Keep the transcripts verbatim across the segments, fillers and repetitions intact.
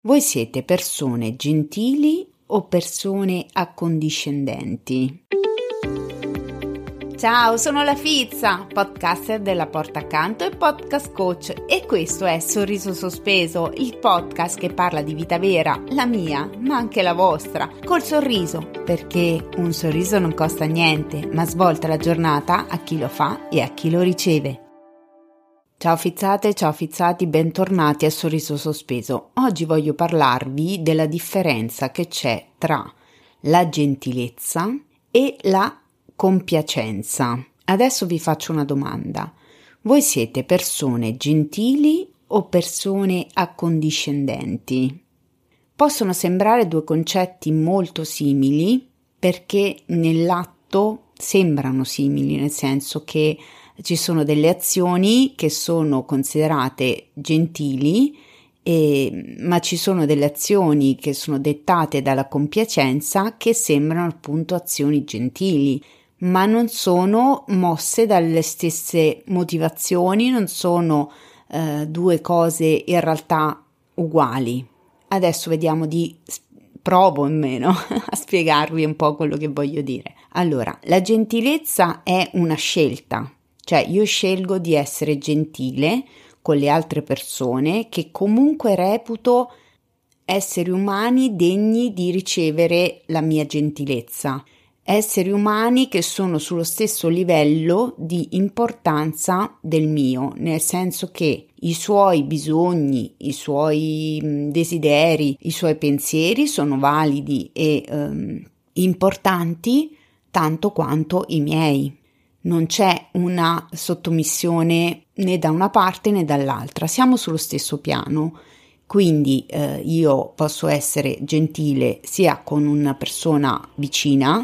Voi siete persone gentili o persone accondiscendenti? Ciao, sono la Fizza, podcaster della Porta Accanto e podcast coach, e questo è Sorriso Sospeso, il podcast che parla di vita vera, la mia, ma anche la vostra, col sorriso, perché un sorriso non costa niente, ma svolta la giornata a chi lo fa e a chi lo riceve. Ciao fizzate, ciao fizzati, bentornati a Sorriso Sospeso. Oggi voglio parlarvi della differenza che c'è tra la gentilezza e la compiacenza. Adesso vi faccio una domanda. Voi siete persone gentili o persone accondiscendenti? Possono sembrare due concetti molto simili perché nell'atto sembrano simili, nel senso che ci sono delle azioni che sono considerate gentili, e, ma ci sono delle azioni che sono dettate dalla compiacenza che sembrano appunto azioni gentili, ma non sono mosse dalle stesse motivazioni, non sono eh, due cose in realtà uguali. Adesso vediamo di provo almeno a spiegarvi un po' quello che voglio dire. Allora, la gentilezza è una scelta. Cioè io scelgo di essere gentile con le altre persone che comunque reputo esseri umani degni di ricevere la mia gentilezza, esseri umani che sono sullo stesso livello di importanza del mio, nel senso che i suoi bisogni, i suoi desideri, i suoi pensieri sono validi e ehm, importanti tanto quanto i miei. Non c'è una sottomissione né da una parte né dall'altra, siamo sullo stesso piano, quindi eh, io posso essere gentile sia con una persona vicina,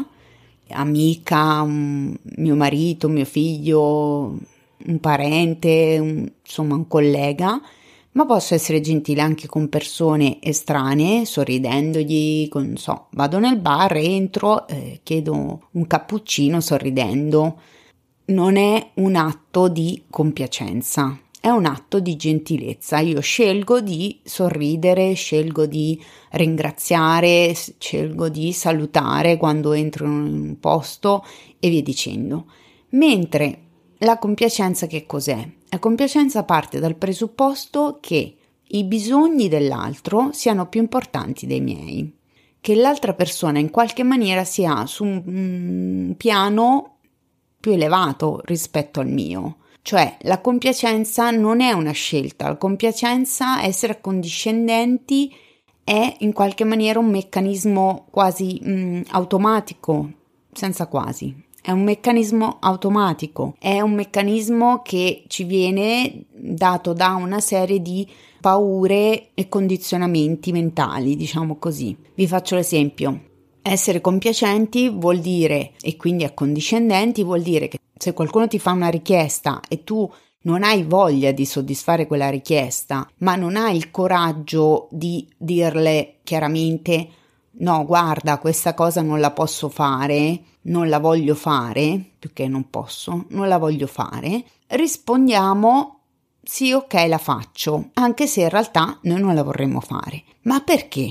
amica, un, mio marito, mio figlio, un parente, un, insomma un collega, ma posso essere gentile anche con persone estranee, sorridendogli, con, non so, vado nel bar, entro, eh, chiedo un cappuccino sorridendo. Non è un atto di compiacenza, è un atto di gentilezza. Io scelgo di sorridere, scelgo di ringraziare, scelgo di salutare quando entro in un posto e via dicendo. Mentre la compiacenza che cos'è? La compiacenza parte dal presupposto che i bisogni dell'altro siano più importanti dei miei, che l'altra persona in qualche maniera sia su un piano più elevato rispetto al mio. Cioè la compiacenza non è una scelta, la compiacenza, essere accondiscendenti, è in qualche maniera un meccanismo quasi mh, automatico, senza quasi, è un meccanismo automatico, è un meccanismo che ci viene dato da una serie di paure e condizionamenti mentali, diciamo così. Vi faccio l'esempio. Essere compiacenti vuol dire, e quindi accondiscendenti vuol dire che se qualcuno ti fa una richiesta e tu non hai voglia di soddisfare quella richiesta, ma non hai il coraggio di dirle chiaramente no, guarda, questa cosa non la posso fare, non la voglio fare, più che non posso, non la voglio fare, rispondiamo sì, ok, la faccio, anche se in realtà noi non la vorremmo fare. Ma perché?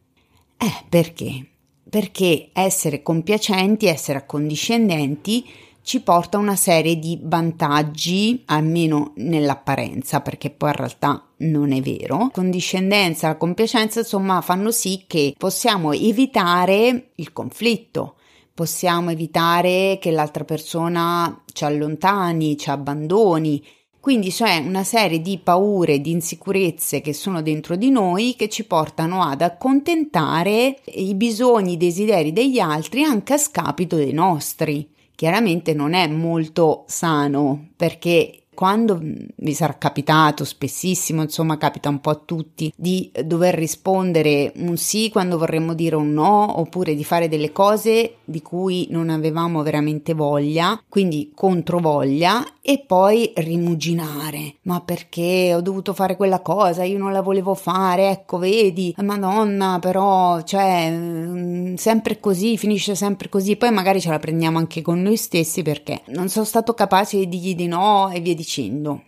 Eh, perché? Perché essere compiacenti, essere accondiscendenti ci porta a una serie di vantaggi, almeno nell'apparenza, perché poi in realtà non è vero. La condiscendenza, la compiacenza, insomma, fanno sì che possiamo evitare il conflitto, possiamo evitare che l'altra persona ci allontani, ci abbandoni. Quindi c'è una serie di paure, di insicurezze che sono dentro di noi che ci portano ad accontentare i bisogni, i desideri degli altri anche a scapito dei nostri. Chiaramente non è molto sano, perché quando vi sarà capitato, spessissimo, insomma capita un po' a tutti, di dover rispondere un sì quando vorremmo dire un no, oppure di fare delle cose di cui non avevamo veramente voglia, quindi controvoglia, e poi rimuginare, ma perché ho dovuto fare quella cosa, io non la volevo fare, ecco vedi, madonna, però cioè sempre così, finisce sempre così, poi magari ce la prendiamo anche con noi stessi perché non sono stato capace di dirgli di no e via dicendo.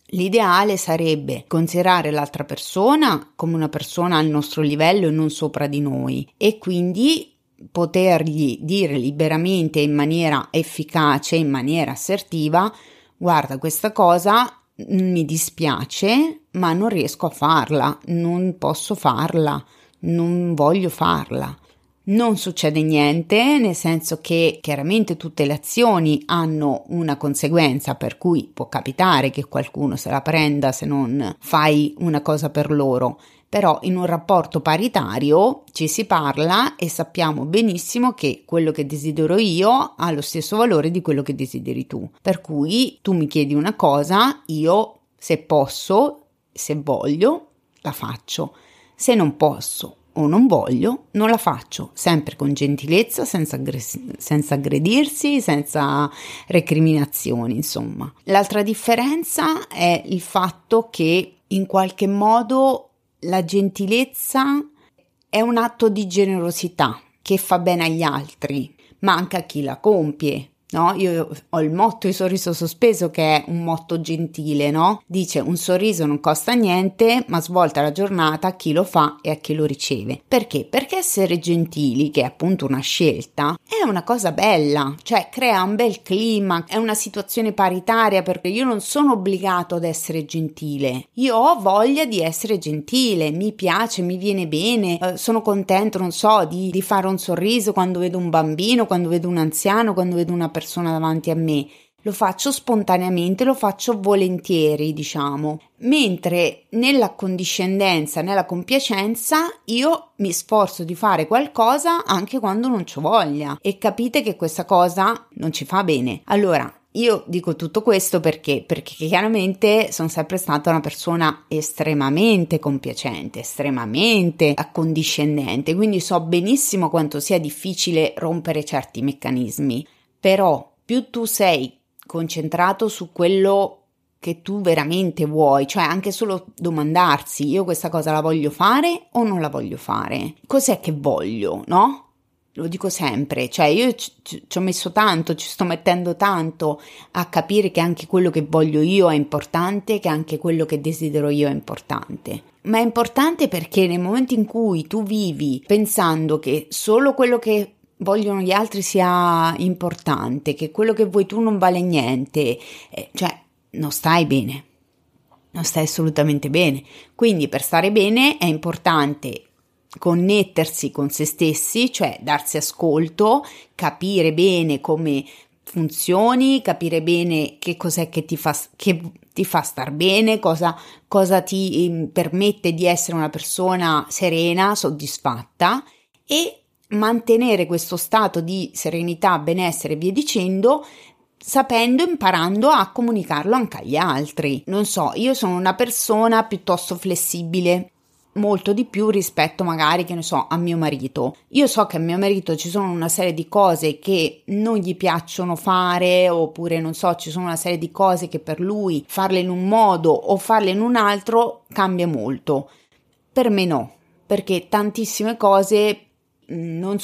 L'ideale sarebbe considerare l'altra persona come una persona al nostro livello e non sopra di noi, e quindi potergli dire liberamente, in maniera efficace, in maniera assertiva: guarda, questa cosa mi dispiace, ma non riesco a farla, non posso farla, non voglio farla. Non succede niente, nel senso che chiaramente tutte le azioni hanno una conseguenza, per cui può capitare che qualcuno se la prenda se non fai una cosa per loro, però in un rapporto paritario ci si parla e sappiamo benissimo che quello che desidero io ha lo stesso valore di quello che desideri tu, per cui tu mi chiedi una cosa, io se posso, se voglio, la faccio, se non posso o non voglio, non la faccio, sempre con gentilezza, senza, aggress- senza aggredirsi, senza recriminazioni, insomma. L'altra differenza è il fatto che in qualche modo la gentilezza è un atto di generosità che fa bene agli altri, ma anche a chi la compie. No, io ho il motto, il sorriso sospeso, che è un motto gentile, no? Dice: un sorriso non costa niente, ma svolta la giornata a chi lo fa e a chi lo riceve. Perché? Perché essere gentili, che è appunto una scelta, è una cosa bella, cioè crea un bel clima, è una situazione paritaria, perché io non sono obbligato ad essere gentile, io ho voglia di essere gentile, mi piace, mi viene bene, eh, sono contento, non so, di, di fare un sorriso quando vedo un bambino, quando vedo un anziano, quando vedo una persona davanti a me, lo faccio spontaneamente, lo faccio volentieri, diciamo, mentre nella condiscendenza, nella compiacenza, io mi sforzo di fare qualcosa anche quando non c'ho voglia, e capite che questa cosa non ci fa bene. Allora, io dico tutto questo perché? Perché chiaramente sono sempre stata una persona estremamente compiacente, estremamente accondiscendente, quindi so benissimo quanto sia difficile rompere certi meccanismi. Però più tu sei concentrato su quello che tu veramente vuoi, cioè anche solo domandarsi: io questa cosa la voglio fare o non la voglio fare? Cos'è che voglio, no? Lo dico sempre, cioè io ci, ci, ci ho messo tanto, ci sto mettendo tanto a capire che anche quello che voglio io è importante, che anche quello che desidero io è importante. Ma è importante perché nel momento in cui tu vivi pensando che solo quello che vogliono gli altri sia importante, che quello che vuoi tu non vale niente, eh, cioè non stai bene, non stai assolutamente bene. Quindi per stare bene è importante connettersi con se stessi, cioè darsi ascolto, capire bene come funzioni, capire bene che cos'è che ti fa, che ti fa star bene, cosa, cosa ti eh, permette di essere una persona serena, soddisfatta, e mantenere questo stato di serenità, benessere e via dicendo, sapendo, imparando a comunicarlo anche agli altri. Non so, io sono una persona piuttosto flessibile, molto di più rispetto magari, che ne so, a mio marito. Io so che a mio marito ci sono una serie di cose che non gli piacciono fare, oppure non so, ci sono una serie di cose che per lui farle in un modo o farle in un altro cambia molto. Per me no, perché tantissime cose non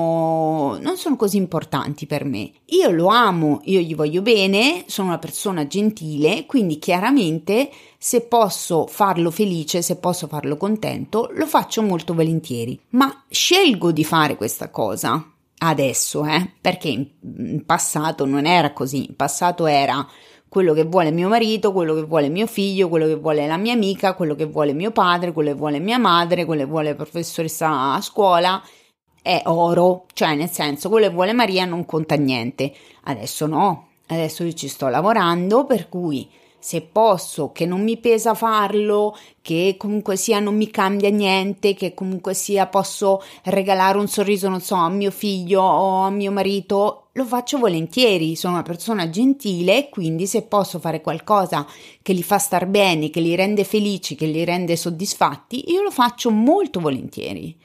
sono, non sono così importanti per me. Io lo amo, io gli voglio bene, sono una persona gentile, quindi chiaramente se posso farlo felice, se posso farlo contento, lo faccio molto volentieri. Ma scelgo di fare questa cosa adesso, eh, perché in passato non era così. In passato era quello che vuole mio marito, quello che vuole mio figlio, quello che vuole la mia amica, quello che vuole mio padre, quello che vuole mia madre, quello che vuole la professoressa a scuola. È oro, cioè nel senso, quello che vuole Maria non conta niente. Adesso no, adesso io ci sto lavorando, per cui se posso, che non mi pesa farlo, che comunque sia non mi cambia niente, che comunque sia posso regalare un sorriso, non so, a mio figlio o a mio marito, lo faccio volentieri. Sono una persona gentile, quindi se posso fare qualcosa che li fa star bene, che li rende felici, che li rende soddisfatti, io lo faccio molto volentieri.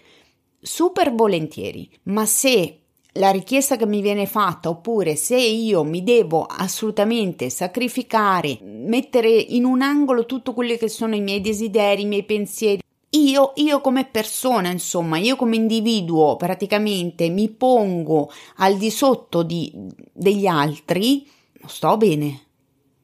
Super volentieri. Ma se la richiesta che mi viene fatta, oppure se io mi devo assolutamente sacrificare, mettere in un angolo tutto quelli che sono i miei desideri, i miei pensieri, io, io come persona, insomma, io come individuo praticamente mi pongo al di sotto di, degli altri, non sto bene.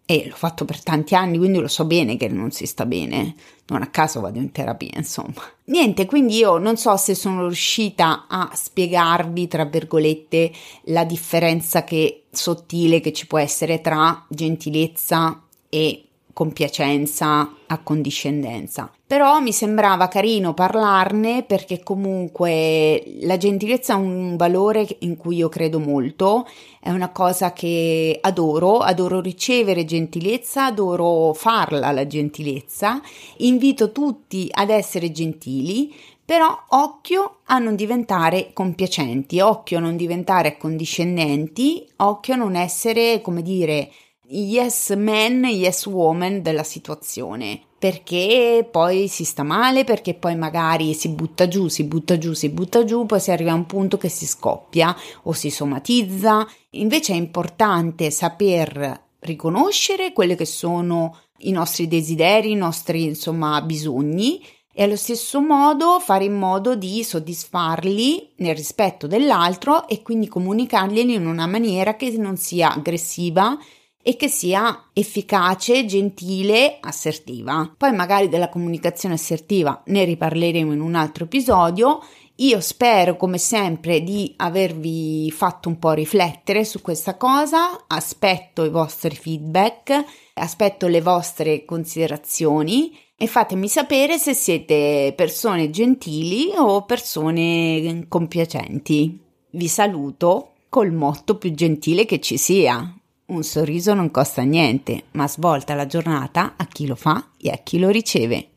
e l'ho fatto per tanti anni, quindi lo so bene che non si sta bene, non a caso vado in terapia, insomma. Niente, quindi io non so se sono riuscita a spiegarvi, tra virgolette, la differenza che sottile che ci può essere tra gentilezza e compiacenza, accondiscendenza. Però mi sembrava carino parlarne perché comunque la gentilezza è un valore in cui io credo molto, è una cosa che adoro, adoro ricevere gentilezza, adoro farla la gentilezza, invito tutti ad essere gentili, però occhio a non diventare compiacenti, occhio a non diventare accondiscendenti, occhio a non essere, come dire, yes man, yes woman della situazione, perché poi si sta male, perché poi magari si butta giù, si butta giù, si butta giù, poi si arriva a un punto che si scoppia o si somatizza. Invece è importante saper riconoscere quelli che sono i nostri desideri, i nostri, insomma, bisogni, e allo stesso modo fare in modo di soddisfarli nel rispetto dell'altro e quindi comunicarli in una maniera che non sia aggressiva e che sia efficace, gentile, assertiva. Poi magari della comunicazione assertiva ne riparleremo in un altro episodio. Io spero, come sempre, di avervi fatto un po' riflettere su questa cosa, aspetto i vostri feedback, aspetto le vostre considerazioni e fatemi sapere se siete persone gentili o persone compiacenti. Vi saluto col motto più gentile che ci sia. Un sorriso non costa niente, ma svolta la giornata a chi lo fa e a chi lo riceve.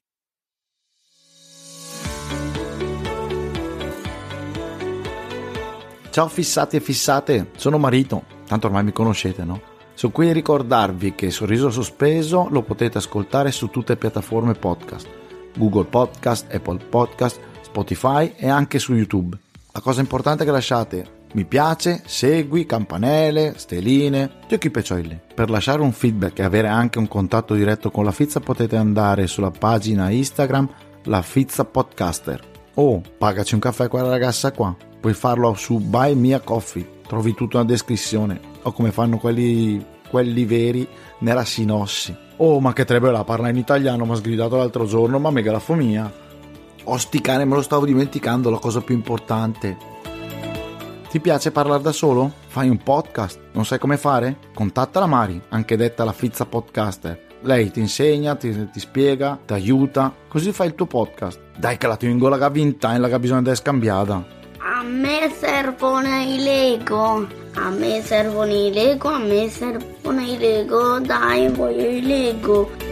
Ciao fissati e fissate, sono Marito, tanto ormai mi conoscete, no? Sono qui a ricordarvi che Sorriso Sospeso lo potete ascoltare su tutte le piattaforme podcast, Google Podcast, Apple Podcast, Spotify e anche su YouTube. La cosa importante è che lasciate mi piace, segui, campanelle, steline, giochi peccioli. Per lasciare un feedback e avere anche un contatto diretto con la Fizza potete andare sulla pagina Instagram La Fizza Podcaster o pagaci un caffè a quella ragazza qua. Puoi farlo su Buy Me a Coffee, trovi tutto nella descrizione, o come fanno quelli, quelli veri nella sinossi. Oh, ma che trebella, parla in italiano, mi ha sgridato l'altro giorno, ma mega la fomia. Oh, sti cane, me lo stavo dimenticando, la cosa più importante. Ti piace parlare da solo? Fai un podcast? Non sai come fare? Contatta la Mari, anche detta la Fizza Podcaster. Lei ti insegna, ti, ti spiega, ti aiuta, così fai il tuo podcast. Dai che la tengo la vinta, la che bisogna di scambiata. A me servono i Lego, a me servono i Lego, a me servono i Lego, dai voglio i Lego.